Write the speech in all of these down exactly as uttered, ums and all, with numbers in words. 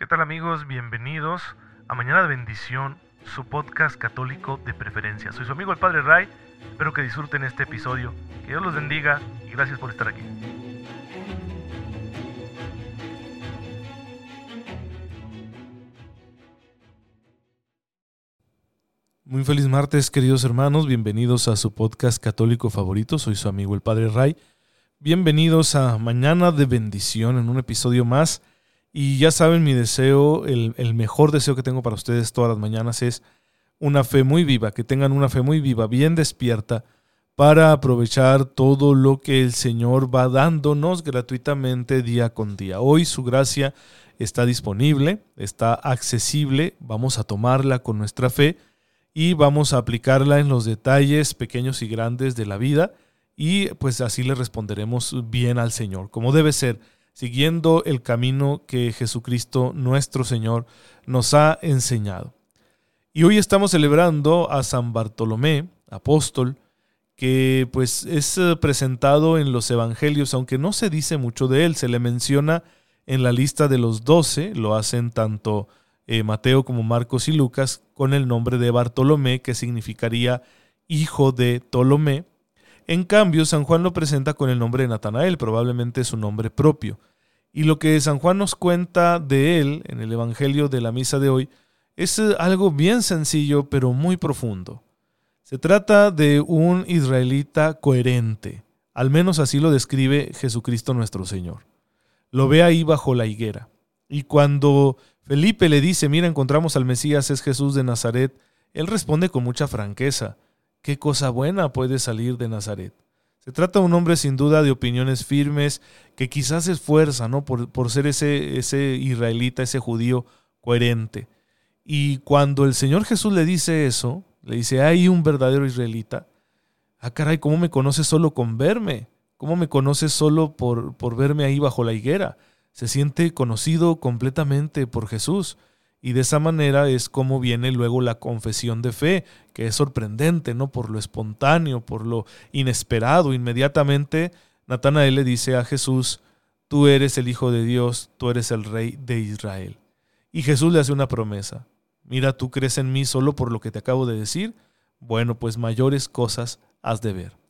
¿Qué tal amigos? Bienvenidos a Mañana de Bendición, su podcast católico de preferencia. Soy su amigo el Padre Ray, espero que disfruten este episodio, que Dios los bendiga y gracias por estar aquí. Muy feliz martes, queridos hermanos, bienvenidos a su podcast católico favorito, soy su amigo el Padre Ray. Bienvenidos a Mañana de Bendición en un episodio más. Y ya saben, mi deseo, el, el mejor deseo que tengo para ustedes todas las mañanas es una fe muy viva, que tengan una fe muy viva, bien despierta, para aprovechar todo lo que el Señor va dándonos gratuitamente día con día. Hoy su gracia está disponible, está accesible, vamos a tomarla con nuestra fe y vamos a aplicarla en los detalles pequeños y grandes de la vida y pues así le responderemos bien al Señor, como debe ser, siguiendo el camino que Jesucristo nuestro Señor nos ha enseñado. Y hoy estamos celebrando a San Bartolomé, apóstol, que pues es presentado en los evangelios, aunque no se dice mucho de él, se le menciona en la lista de los doce, lo hacen tanto eh, Mateo como Marcos y Lucas, con el nombre de Bartolomé, que significaría hijo de Ptolomé. En cambio, San Juan lo presenta con el nombre de Natanael, probablemente su nombre propio. Y lo que San Juan nos cuenta de él en el Evangelio de la misa de hoy es algo bien sencillo, pero muy profundo. Se trata de un israelita coherente, al menos así lo describe Jesucristo nuestro Señor. Lo ve ahí bajo la higuera. Y cuando Felipe le dice, mira, encontramos al Mesías, es Jesús de Nazaret, él responde con mucha franqueza. ¿Qué cosa buena puede salir de Nazaret? Se trata de un hombre sin duda de opiniones firmes, que quizás se esfuerza, ¿no? por, por ser ese, ese israelita, ese judío coherente. Y cuando el Señor Jesús le dice eso, le dice, hay un verdadero israelita. Ah, caray, ¿cómo me conoces solo con verme? ¿Cómo me conoces solo por, por verme ahí bajo la higuera? Se siente conocido completamente por Jesús. Y de esa manera es como viene luego la confesión de fe, que es sorprendente, ¿no? Por lo espontáneo, por lo inesperado. Inmediatamente Natanael le dice a Jesús, tú eres el Hijo de Dios, tú eres el Rey de Israel. Y Jesús le hace una promesa. Mira, ¿tú crees en mí solo por lo que te acabo de decir? Bueno, pues mayores cosas has de ver.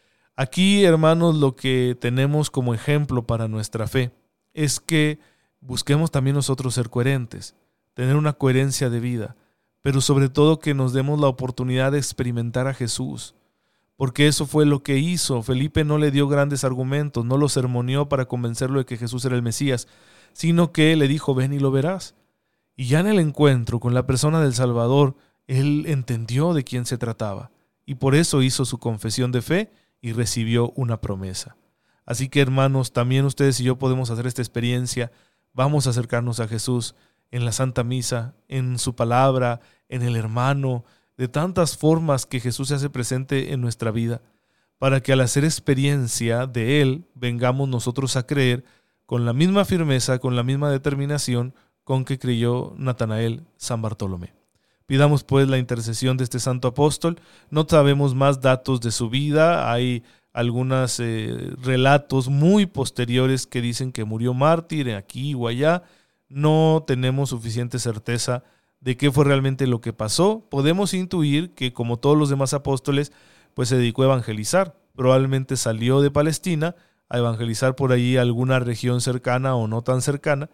Aquí, hermanos, lo que tenemos como ejemplo para nuestra fe es que busquemos también nosotros ser coherentes, tener una coherencia de vida, pero sobre todo que nos demos la oportunidad de experimentar a Jesús, porque eso fue lo que hizo. Felipe no le dio grandes argumentos, no lo sermoneó para convencerlo de que Jesús era el Mesías, sino que le dijo, ven y lo verás. Y ya en el encuentro con la persona del Salvador, él entendió de quién se trataba, y por eso hizo su confesión de fe y recibió una promesa. Así que, hermanos, también ustedes y yo podemos hacer esta experiencia. Vamos a acercarnos a Jesús en la Santa Misa, en su palabra, en el hermano, de tantas formas que Jesús se hace presente en nuestra vida, para que al hacer experiencia de Él, vengamos nosotros a creer con la misma firmeza, con la misma determinación con que creyó Natanael San Bartolomé. Pidamos pues la intercesión de este santo apóstol. No sabemos más datos de su vida, hay algunos eh, relatos muy posteriores que dicen que murió mártir aquí o allá. No tenemos suficiente certeza de qué fue realmente lo que pasó. Podemos intuir que, como todos los demás apóstoles, pues se dedicó a evangelizar. Probablemente salió de Palestina a evangelizar por allí alguna región cercana o no tan cercana,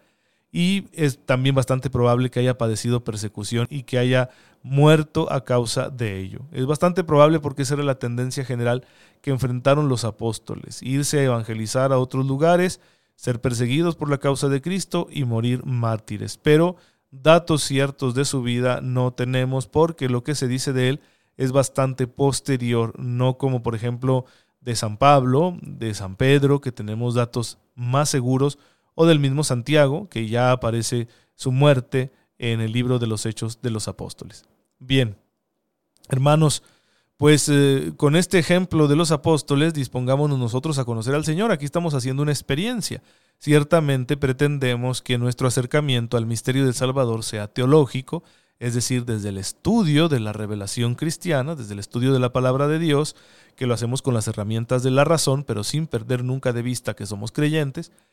y es también bastante probable que haya padecido persecución y que haya muerto a causa de ello. Es bastante probable porque esa era la tendencia general que enfrentaron los apóstoles, irse a evangelizar a otros lugares, ser perseguidos por la causa de Cristo y morir mártires. Pero datos ciertos de su vida no tenemos, porque lo que se dice de él es bastante posterior, no como por ejemplo de San Pablo, de San Pedro, que tenemos datos más seguros, o del mismo Santiago, que ya aparece su muerte en el libro de los Hechos de los Apóstoles. Bien, hermanos, pues eh, con este ejemplo de los apóstoles dispongámonos nosotros a conocer al Señor. Aquí estamos haciendo una experiencia. Ciertamente pretendemos que nuestro acercamiento al misterio del Salvador sea teológico, es decir, desde el estudio de la revelación cristiana, desde el estudio de la palabra de Dios, que lo hacemos con las herramientas de la razón, pero sin perder nunca de vista que somos creyentes.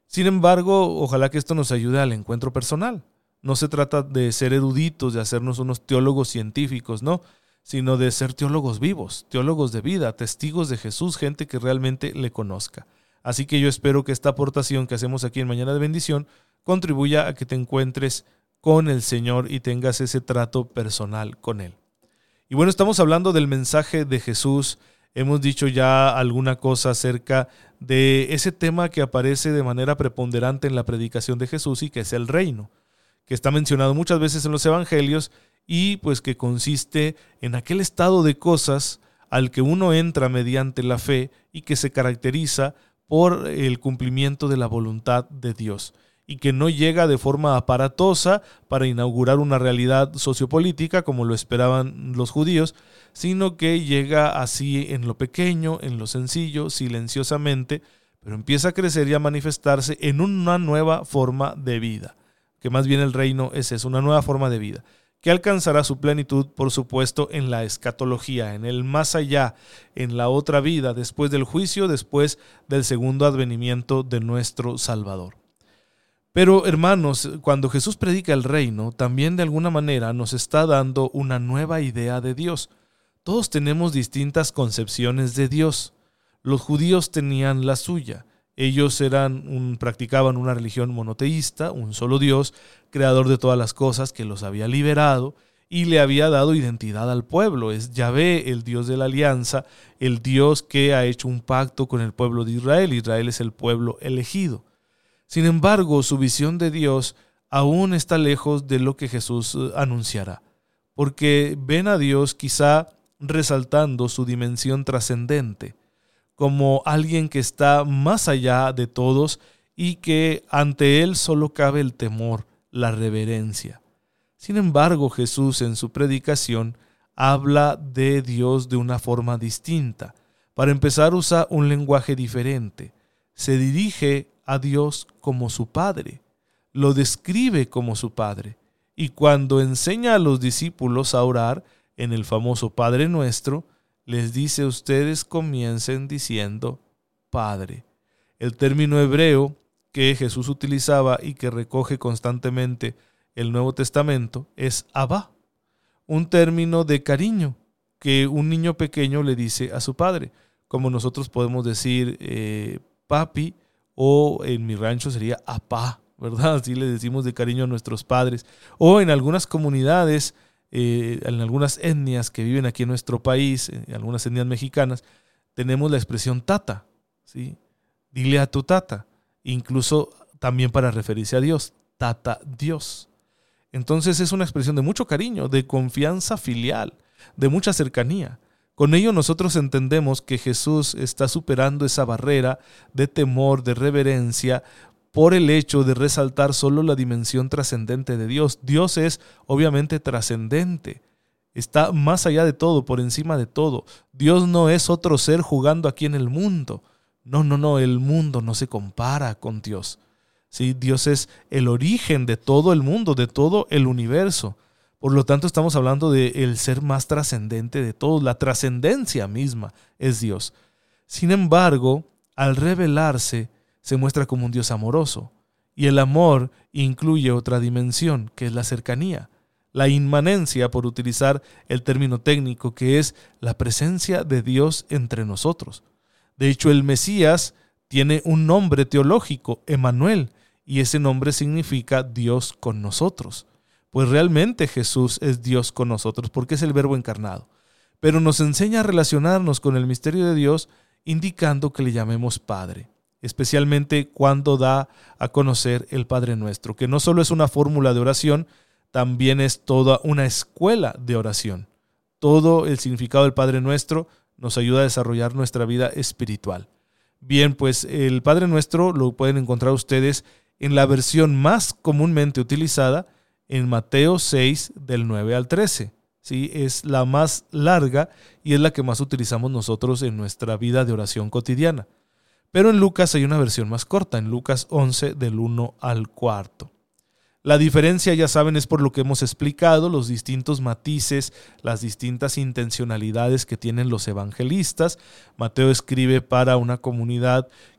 Sin embargo, ojalá que esto nos ayude al encuentro personal. No se trata de ser eruditos, de hacernos unos teólogos científicos, no, sino de ser teólogos vivos, teólogos de vida, testigos de Jesús, gente que realmente le conozca. Así que yo espero que esta aportación que hacemos aquí en Mañana de Bendición contribuya a que te encuentres con el Señor y tengas ese trato personal con Él. Y bueno, estamos hablando del mensaje de Jesús. Hemos dicho ya alguna cosa acerca de ese tema que aparece de manera preponderante en la predicación de Jesús y que es el reino, que está mencionado muchas veces en los evangelios y pues que consiste en aquel estado de cosas al que uno entra mediante la fe y que se caracteriza por el cumplimiento de la voluntad de Dios y que no llega de forma aparatosa para inaugurar una realidad sociopolítica como lo esperaban los judíos, sino que llega así en lo pequeño, en lo sencillo, silenciosamente, pero empieza a crecer y a manifestarse en una nueva forma de vida, que más bien el reino es eso, una nueva forma de vida, que alcanzará su plenitud, por supuesto, en la escatología, en el más allá, en la otra vida, después del juicio, después del segundo advenimiento de nuestro Salvador. Pero, hermanos, cuando Jesús predica el reino, también de alguna manera nos está dando una nueva idea de Dios. Todos tenemos distintas concepciones de Dios. Los judíos tenían la suya. Ellos eran un, practicaban una religión monoteísta, un solo Dios, creador de todas las cosas, que los había liberado y le había dado identidad al pueblo. Es Yahvé, el Dios de la alianza, el Dios que ha hecho un pacto con el pueblo de Israel. Israel es el pueblo elegido. Sin embargo, su visión de Dios aún está lejos de lo que Jesús anunciará, porque ven a Dios quizá resaltando su dimensión trascendente, como alguien que está más allá de todos y que ante él solo cabe el temor, la reverencia. Sin embargo, Jesús en su predicación habla de Dios de una forma distinta. Para empezar, usa un lenguaje diferente. Se dirige a Dios como su Padre, lo describe como su Padre, y cuando enseña a los discípulos a orar en el famoso Padre Nuestro, les dice: ustedes comiencen diciendo Padre. El término hebreo que Jesús utilizaba y que recoge constantemente el Nuevo Testamento es Abba, un término de cariño que un niño pequeño le dice a su padre, como nosotros podemos decir eh, papi, o en mi rancho sería apá, ¿verdad? Así le decimos de cariño a nuestros padres. O en algunas comunidades, eh, en algunas etnias que viven aquí en nuestro país, en algunas etnias mexicanas, tenemos la expresión tata, ¿sí? Dile a tu tata, incluso también para referirse a Dios, tata Dios. Entonces es una expresión de mucho cariño, de confianza filial, de mucha cercanía. Con ello nosotros entendemos que Jesús está superando esa barrera de temor, de reverencia, por el hecho de resaltar solo la dimensión trascendente de Dios. Dios es obviamente trascendente, está más allá de todo, por encima de todo. Dios no es otro ser jugando aquí en el mundo. No, no, no, el mundo no se compara con Dios. Sí, Dios es el origen de todo el mundo, de todo el universo. Por lo tanto, estamos hablando del ser más trascendente de todos. La trascendencia misma es Dios. Sin embargo, al revelarse, se muestra como un Dios amoroso. Y el amor incluye otra dimensión, que es la cercanía. La inmanencia, por utilizar el término técnico, que es la presencia de Dios entre nosotros. De hecho, el Mesías tiene un nombre teológico, Emmanuel, y ese nombre significa Dios con nosotros. Pues realmente Jesús es Dios con nosotros porque es el Verbo encarnado. Pero nos enseña a relacionarnos con el misterio de Dios indicando que le llamemos Padre. Especialmente cuando da a conocer el Padre Nuestro, que no solo es una fórmula de oración, también es toda una escuela de oración. Todo el significado del Padre Nuestro nos ayuda a desarrollar nuestra vida espiritual. Bien, pues el Padre Nuestro lo pueden encontrar ustedes en la versión más comúnmente utilizada, en Mateo seis, del nueve al trece. ¿Sí? Es la más larga y es la que más utilizamos nosotros en nuestra vida de oración cotidiana. Pero en Lucas hay una versión más corta, en Lucas once, del uno al cuatro. La diferencia, ya saben, es por lo que hemos explicado, los distintos matices, las distintas intencionalidades que tienen los evangelistas. Mateo escribe para una comunidad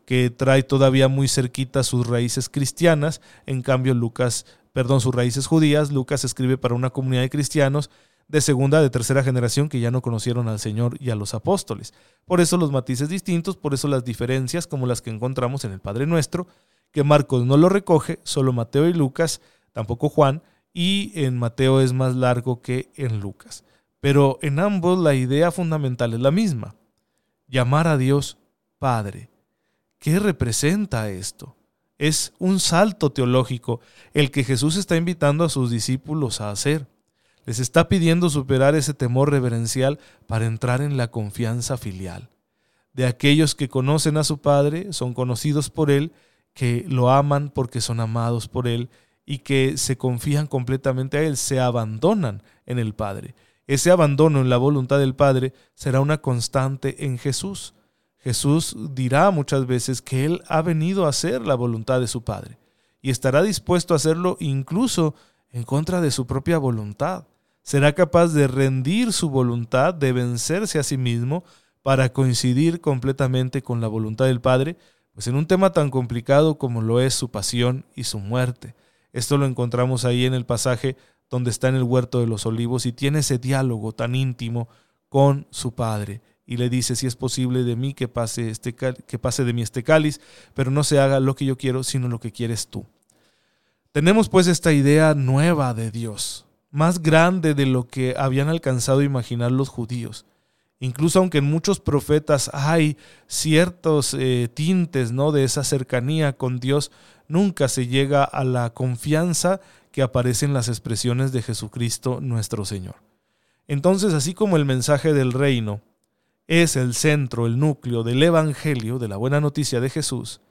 que trae todavía muy cerquita sus raíces cristianas. En cambio, Lucas, perdón, sus raíces judías. Lucas escribe para una comunidad de cristianos de segunda, de tercera generación que ya no conocieron al Señor y a los apóstoles. Por eso los matices distintos, por eso las diferencias como las que encontramos en el Padre Nuestro, que Marcos no lo recoge, solo Mateo y Lucas, tampoco Juan, y en Mateo es más largo que en Lucas. Pero en ambos la idea fundamental es la misma: llamar a Dios Padre. ¿Qué representa esto? Es un salto teológico el que Jesús está invitando a sus discípulos a hacer. Les está pidiendo superar ese temor reverencial para entrar en la confianza filial. De aquellos que conocen a su Padre, son conocidos por Él, que lo aman porque son amados por Él y que se confían completamente a Él, se abandonan en el Padre. Ese abandono en la voluntad del Padre será una constante en Jesús. Jesús dirá muchas veces que Él ha venido a hacer la voluntad de su Padre y estará dispuesto a hacerlo incluso en contra de su propia voluntad. Será capaz de rendir su voluntad, de vencerse a sí mismo para coincidir completamente con la voluntad del Padre, pues en un tema tan complicado como lo es su pasión y su muerte. Esto lo encontramos ahí en el pasaje donde está en el huerto de los olivos y tiene ese diálogo tan íntimo con su Padre. Y le dice: si es posible de mí que pase, este, que pase de mí este cáliz, pero no se haga lo que yo quiero, sino lo que quieres tú. Tenemos pues esta idea nueva de Dios, más grande de lo que habían alcanzado a imaginar los judíos. Incluso aunque en muchos profetas hay ciertos eh, tintes, ¿no?, de esa cercanía con Dios, nunca se llega a la confianza que aparece en las expresiones de Jesucristo nuestro Señor. Entonces, así como el mensaje del reino es el centro, el núcleo del evangelio, de la buena noticia de Jesús,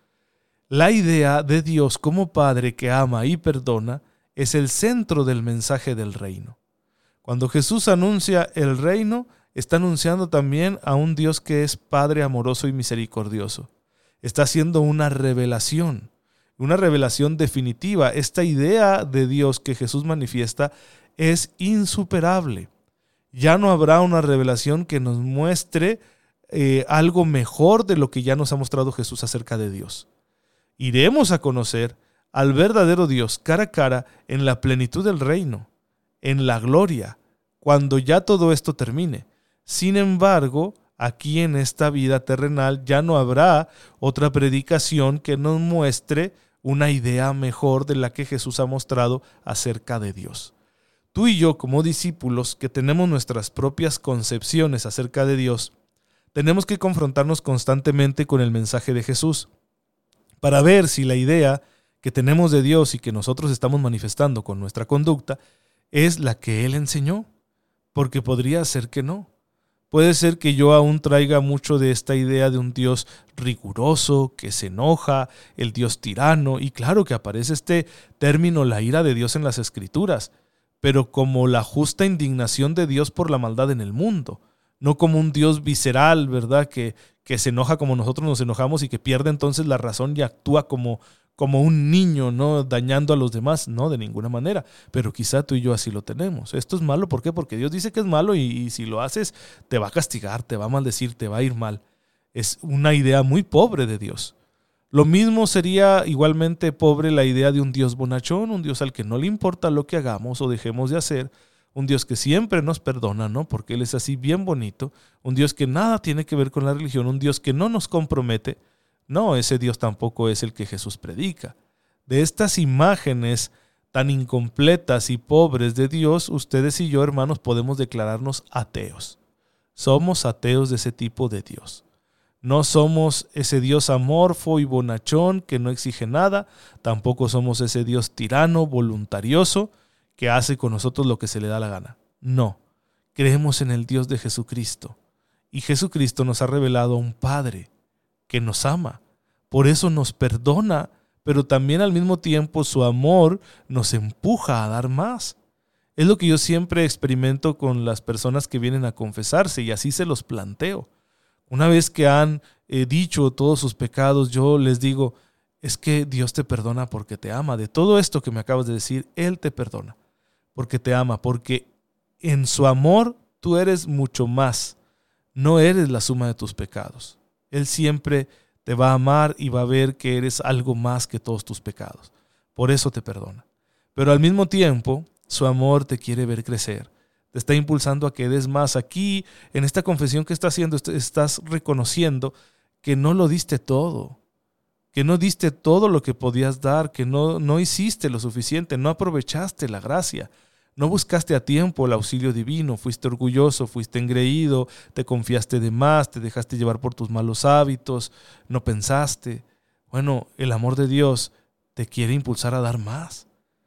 la idea de Dios como Padre que ama y perdona es el centro del mensaje del reino. Cuando Jesús anuncia el reino, está anunciando también a un Dios que es Padre amoroso y misericordioso. Está haciendo una revelación, una revelación definitiva. Esta idea de Dios que Jesús manifiesta es insuperable. Ya no habrá una revelación que nos muestre eh, algo mejor de lo que ya nos ha mostrado Jesús acerca de Dios. Iremos a conocer al verdadero Dios cara a cara en la plenitud del reino, en la gloria, cuando ya todo esto termine. Sin embargo, aquí en esta vida terrenal ya no habrá otra predicación que nos muestre una idea mejor de la que Jesús ha mostrado acerca de Dios. Tú y yo, como discípulos que tenemos nuestras propias concepciones acerca de Dios, tenemos que confrontarnos constantemente con el mensaje de Jesús para ver si la idea que tenemos de Dios y que nosotros estamos manifestando con nuestra conducta es la que Él enseñó, porque podría ser que no. Puede ser que yo aún traiga mucho de esta idea de un Dios riguroso, que se enoja, el Dios tirano, y claro que aparece este término, la ira de Dios, en las Escrituras, pero como la justa indignación de Dios por la maldad en el mundo, no como un Dios visceral, ¿verdad?, que, que se enoja como nosotros nos enojamos y que pierde entonces la razón y actúa como, como un niño, ¿no?, dañando a los demás. No, de ninguna manera, pero quizá tú y yo así lo tenemos. Esto es malo, ¿por qué? Porque Dios dice que es malo y, y si lo haces te va a castigar, te va a maldecir, te va a ir mal. Es una idea muy pobre de Dios. Lo mismo sería igualmente pobre la idea de un Dios bonachón, un Dios al que no le importa lo que hagamos o dejemos de hacer, un Dios que siempre nos perdona, ¿no?, porque Él es así bien bonito, un Dios que nada tiene que ver con la religión, un Dios que no nos compromete. No, ese Dios tampoco es el que Jesús predica. De estas imágenes tan incompletas y pobres de Dios, ustedes y yo, hermanos, podemos declararnos ateos. Somos ateos de ese tipo de Dios. No somos ese Dios amorfo y bonachón que no exige nada, tampoco somos ese Dios tirano, voluntarioso, que hace con nosotros lo que se le da la gana. No, creemos en el Dios de Jesucristo. Y Jesucristo nos ha revelado a un Padre que nos ama. Por eso nos perdona, pero también al mismo tiempo su amor nos empuja a dar más. Es lo que yo siempre experimento con las personas que vienen a confesarse y así se los planteo. Una vez que han eh, dicho todos sus pecados, yo les digo, es que Dios te perdona porque te ama. De todo esto que me acabas de decir, Él te perdona porque te ama, porque en su amor tú eres mucho más. No eres la suma de tus pecados. Él siempre te va a amar y va a ver que eres algo más que todos tus pecados. Por eso te perdona. Pero al mismo tiempo, su amor te quiere ver crecer. Te está impulsando a que des más. Aquí, en esta confesión que estás haciendo, estás reconociendo que no lo diste todo. Que no diste todo lo que podías dar, que no, no hiciste lo suficiente, no aprovechaste la gracia. No buscaste a tiempo el auxilio divino, fuiste orgulloso, fuiste engreído, te confiaste de más, te dejaste llevar por tus malos hábitos, no pensaste. Bueno, el amor de Dios te quiere impulsar a dar más.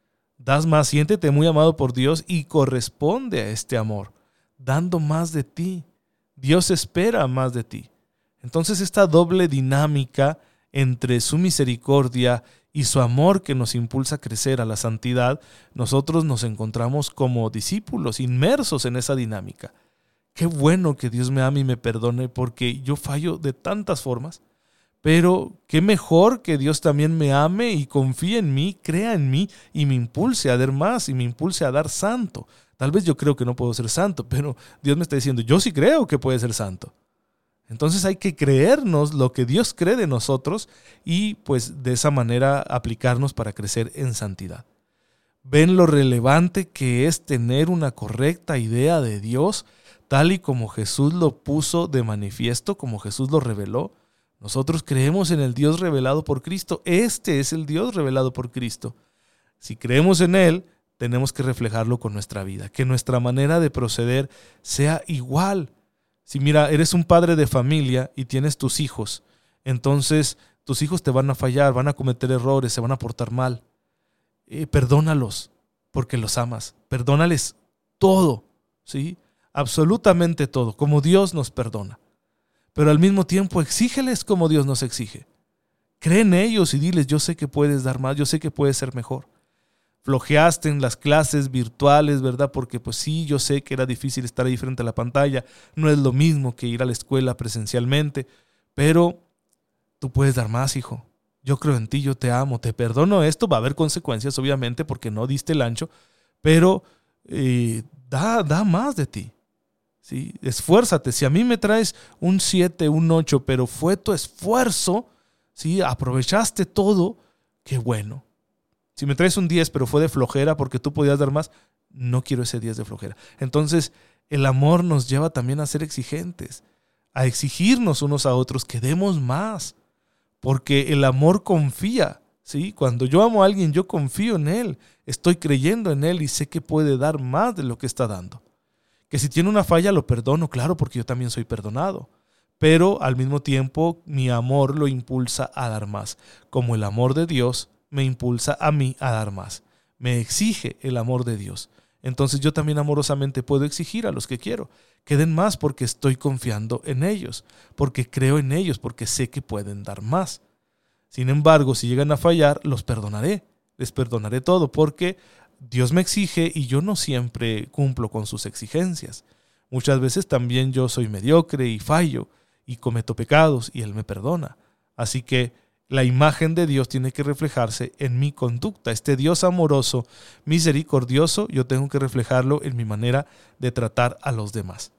Das más, siéntete muy amado por Dios y corresponde a este amor, dando más de ti. Dios espera más de ti. Entonces esta doble dinámica entre su misericordia y su amor que nos impulsa a crecer a la santidad, nosotros nos encontramos como discípulos inmersos en esa dinámica. Qué bueno que Dios me ame y me perdone porque yo fallo de tantas formas, pero qué mejor que Dios también me ame y confíe en mí, crea en mí y me impulse a dar más y me impulse a dar santo. Tal vez yo creo que no puedo ser santo, pero Dios me está diciendo, yo sí creo que puede ser santo. Entonces hay que creernos lo que Dios cree de nosotros y pues de esa manera aplicarnos para crecer en santidad. ¿Ven lo relevante que es tener una correcta idea de Dios tal y como Jesús lo puso de manifiesto, como Jesús lo reveló? Nosotros creemos en el Dios revelado por Cristo. Este es el Dios revelado por Cristo. Si creemos en Él, tenemos que reflejarlo con nuestra vida, que nuestra manera de proceder sea igual. Si mira, eres un padre de familia y tienes tus hijos, entonces tus hijos te van a fallar, van a cometer errores, se van a portar mal. Eh, perdónalos porque los amas. Perdónales todo, ¿sí? Absolutamente todo, como Dios nos perdona. Pero al mismo tiempo exígeles como Dios nos exige. Cree en ellos y diles, yo sé que puedes dar más, yo sé que puedes ser mejor. Flojeaste en las clases virtuales, ¿verdad? Porque pues sí, yo sé que era difícil estar ahí frente a la pantalla. No es lo mismo que ir a la escuela presencialmente. Pero tú puedes dar más, hijo. Yo creo en ti, yo te amo, te perdono esto. Va a haber consecuencias, obviamente, porque no diste el ancho. Pero eh, da, da más de ti. ¿Sí? Esfuérzate. Si a mí me traes un siete, un ocho, pero fue tu esfuerzo, ¿sí? Aprovechaste todo, qué bueno. Si me traes un diez, pero fue de flojera porque tú podías dar más, no quiero ese diez de flojera. Entonces, el amor nos lleva también a ser exigentes, a exigirnos unos a otros que demos más, porque el amor confía, ¿sí? Cuando yo amo a alguien, yo confío en él, estoy creyendo en él y sé que puede dar más de lo que está dando. Que si tiene una falla, lo perdono, claro, porque yo también soy perdonado. Pero al mismo tiempo, mi amor lo impulsa a dar más, como el amor de Dios me impulsa a mí a dar más. Me exige el amor de Dios. Entonces yo también amorosamente puedo exigir a los que quiero que den más porque estoy confiando en ellos, porque creo en ellos, porque sé que pueden dar más. Sin embargo, si llegan a fallar, los perdonaré. Les perdonaré todo porque Dios me exige y yo no siempre cumplo con sus exigencias. Muchas veces también yo soy mediocre y fallo y cometo pecados y Él me perdona. Así que la imagen de Dios tiene que reflejarse en mi conducta. Este Dios amoroso, misericordioso, yo tengo que reflejarlo en mi manera de tratar a los demás.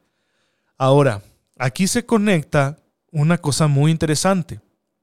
Ahora, aquí se conecta una cosa muy interesante.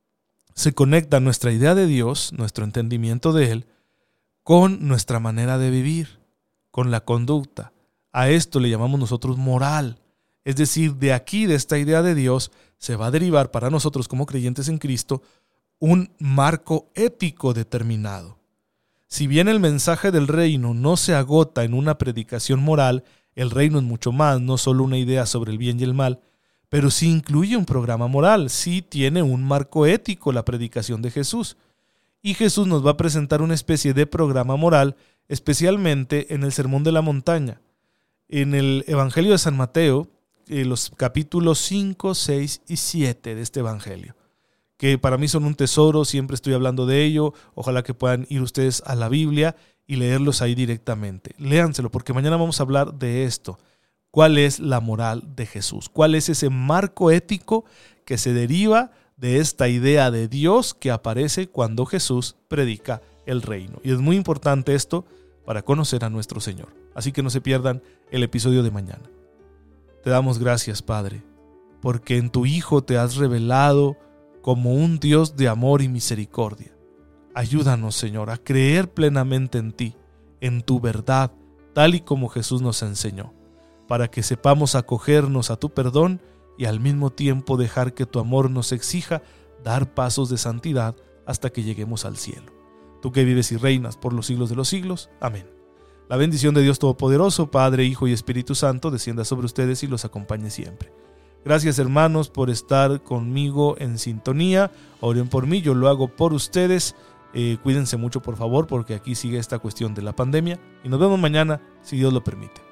Se conecta nuestra idea de Dios, nuestro entendimiento de Él, con nuestra manera de vivir, con la conducta. A esto le llamamos nosotros moral. Es decir, de aquí, de esta idea de Dios, se va a derivar para nosotros como creyentes en Cristo un marco ético determinado. Si bien el mensaje del reino no se agota en una predicación moral, el reino es mucho más, no solo una idea sobre el bien y el mal, pero sí incluye un programa moral, sí tiene un marco ético la predicación de Jesús. Y Jesús nos va a presentar una especie de programa moral, especialmente en el Sermón de la Montaña. En el Evangelio de San Mateo, eh, los capítulos cinco, seis y siete de este Evangelio, que para mí son un tesoro, siempre estoy hablando de ello, ojalá que puedan ir ustedes a la Biblia y leerlos ahí directamente. Léanselo, porque mañana vamos a hablar de esto. ¿Cuál es la moral de Jesús? ¿Cuál es ese marco ético que se deriva de esta idea de Dios que aparece cuando Jesús predica el reino? Y es muy importante esto para conocer a nuestro Señor. Así que no se pierdan el episodio de mañana. Te damos gracias, Padre, porque en tu Hijo te has revelado como un Dios de amor y misericordia. Ayúdanos, Señor, a creer plenamente en ti, en tu verdad, tal y como Jesús nos enseñó, para que sepamos acogernos a tu perdón y al mismo tiempo dejar que tu amor nos exija dar pasos de santidad hasta que lleguemos al cielo. Tú que vives y reinas por los siglos de los siglos. Amén. La bendición de Dios Todopoderoso, Padre, Hijo y Espíritu Santo, descienda sobre ustedes y los acompañe siempre. Gracias, hermanos, por estar conmigo en sintonía. Oren por mí, yo lo hago por ustedes. Eh, cuídense mucho, por favor, porque aquí sigue esta cuestión de la pandemia. Y nos vemos mañana, si Dios lo permite.